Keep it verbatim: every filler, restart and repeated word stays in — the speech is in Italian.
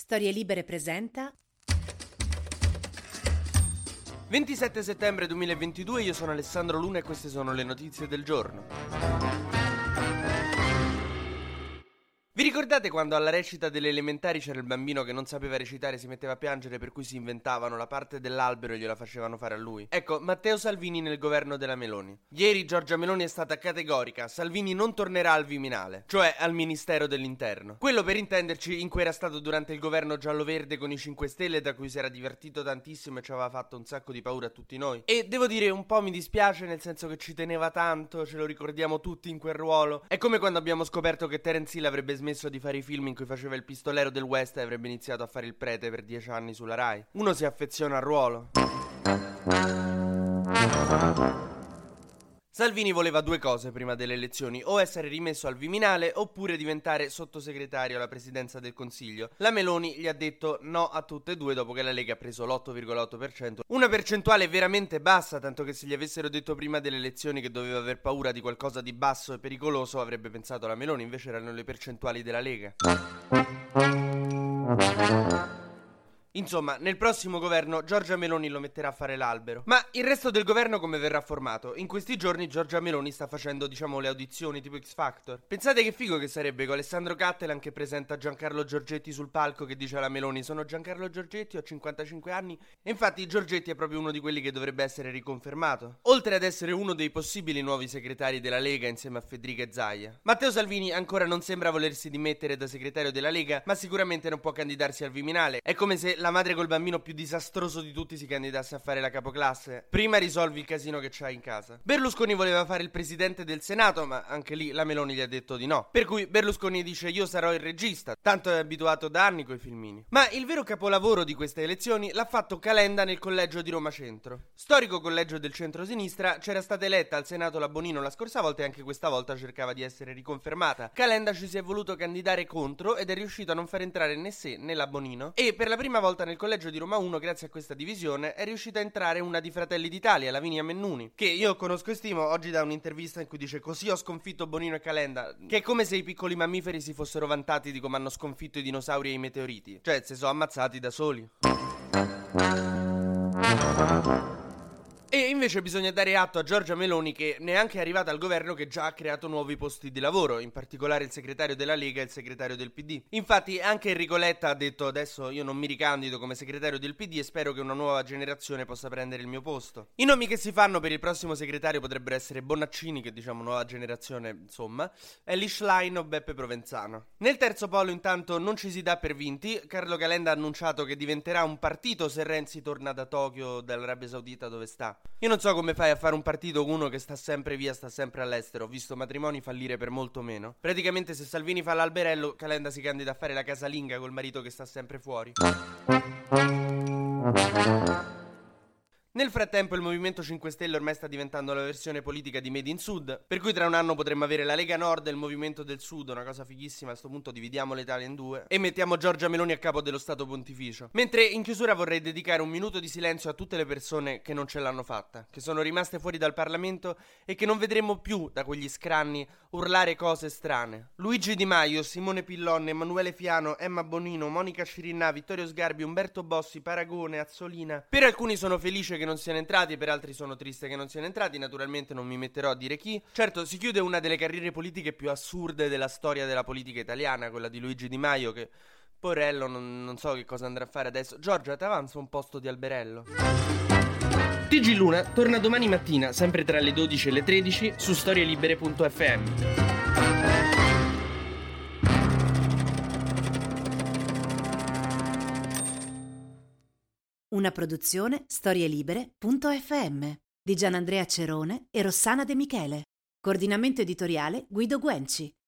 Storie Libere presenta ventisette settembre duemilaventidue, io sono Alessandro Luna e queste sono le notizie del giorno. Vi ricordate quando alla recita delle elementari c'era il bambino che non sapeva recitare e si metteva a piangere, per cui si inventavano la parte dell'albero e gliela facevano fare a lui? Ecco, Matteo Salvini nel governo della Meloni. Ieri Giorgia Meloni è stata categorica: Salvini non tornerà al Viminale, cioè al Ministero dell'Interno. Quello, per intenderci, in cui era stato durante il governo giallo-verde con i cinque Stelle, da cui si era divertito tantissimo e ci aveva fatto un sacco di paura a tutti noi. E devo dire, un po' mi dispiace, nel senso che ci teneva tanto, ce lo ricordiamo tutti in quel ruolo. È come quando abbiamo scoperto che Terence Hill avrebbe smesso di fare i film in cui faceva il pistolero del West e avrebbe iniziato a fare il prete per dieci anni sulla Rai. Uno si affeziona al ruolo. Salvini voleva due cose prima delle elezioni: o essere rimesso al Viminale oppure diventare sottosegretario alla presidenza del Consiglio. La Meloni gli ha detto no a tutte e due, dopo che la Lega ha preso l'otto virgola otto per cento, una percentuale veramente bassa, tanto che se gli avessero detto prima delle elezioni che doveva aver paura di qualcosa di basso e pericoloso avrebbe pensato la Meloni, invece erano le percentuali della Lega. Insomma, nel prossimo governo Giorgia Meloni lo metterà a fare l'albero. Ma il resto del governo come verrà formato? In questi giorni Giorgia Meloni sta facendo, diciamo, le audizioni tipo X Factor. Pensate che figo che sarebbe con Alessandro Cattelan che presenta Giancarlo Giorgetti sul palco, che dice alla Meloni: sono Giancarlo Giorgetti, ho cinquantacinque anni. E infatti Giorgetti è proprio uno di quelli che dovrebbe essere riconfermato, oltre ad essere uno dei possibili nuovi segretari della Lega insieme a Federica e Zaia. Matteo Salvini ancora non sembra volersi dimettere da segretario della Lega, ma sicuramente non può candidarsi al Viminale. È come se la La madre col bambino più disastroso di tutti si candidasse a fare la capoclasse. Prima risolvi il casino che c'hai in casa. Berlusconi voleva fare il presidente del Senato, ma anche lì la Meloni gli ha detto di no. Per cui Berlusconi dice: io sarò il regista, tanto è abituato da anni coi filmini. Ma il vero capolavoro di queste elezioni l'ha fatto Calenda nel collegio di Roma Centro. Storico collegio del centro-sinistra, c'era stata eletta al Senato la Bonino la scorsa volta e anche questa volta cercava di essere riconfermata. Calenda ci si è voluto candidare contro ed è riuscito a non far entrare né sé né la Bonino, e per la prima volta nel collegio di Roma uno, grazie a questa divisione, è riuscita a entrare una di Fratelli d'Italia, Lavinia Mennuni, che io conosco e stimo. Oggi dà un'intervista in cui dice: così ho sconfitto Bonino e Calenda, che è come se i piccoli mammiferi si fossero vantati di come hanno sconfitto i dinosauri e i meteoriti, cioè si sono ammazzati da soli. E invece bisogna dare atto a Giorgia Meloni che neanche è arrivata al governo che già ha creato nuovi posti di lavoro, in particolare il segretario della Lega e il segretario del P D. Infatti anche Enrico Letta ha detto: adesso io non mi ricandido come segretario del P D e spero che una nuova generazione possa prendere il mio posto. I nomi che si fanno per il prossimo segretario potrebbero essere Bonaccini, che diciamo nuova generazione, insomma, Elly Schlein o Beppe Provenzano. Nel terzo polo intanto non ci si dà per vinti. Carlo Calenda ha annunciato che diventerà un partito se Renzi torna da Tokyo, dall'Arabia Saudita, dove sta. Io non so come fai a fare un partito con uno che sta sempre via, sta sempre all'estero. Ho visto matrimoni fallire per molto meno. Praticamente se Salvini fa l'alberello, Calenda si candida a fare la casalinga col marito che sta sempre fuori. Nel frattempo il Movimento cinque Stelle ormai sta diventando la versione politica di Made in Sud, per cui tra un anno potremmo avere la Lega Nord e il Movimento del Sud, una cosa fighissima. A sto punto dividiamo l'Italia in due e mettiamo Giorgia Meloni a capo dello Stato Pontificio. Mentre in chiusura vorrei dedicare un minuto di silenzio a tutte le persone che non ce l'hanno fatta, che sono rimaste fuori dal Parlamento e che non vedremo più da quegli scranni urlare cose strane. Luigi Di Maio, Simone Pillon, Emanuele Fiano, Emma Bonino, Monica Cirinnà, Vittorio Sgarbi, Umberto Bossi, Paragone, Azzolina. Per alcuni sono felice che non siano entrati, per altri sono triste che non siano entrati. Naturalmente non mi metterò a dire chi. Certo, si chiude una delle carriere politiche più assurde della storia della politica italiana, quella di Luigi Di Maio, che porello non, non so che cosa andrà a fare adesso. Giorgia, ti avanzo un posto di alberello. T G Luna torna domani mattina, sempre tra le dodici e le tredici, su storielibere punto effe emme. Una produzione storielibere punto effe emme di Gianandrea Cerone e Rossana De Michele. Coordinamento editoriale Guido Guenci.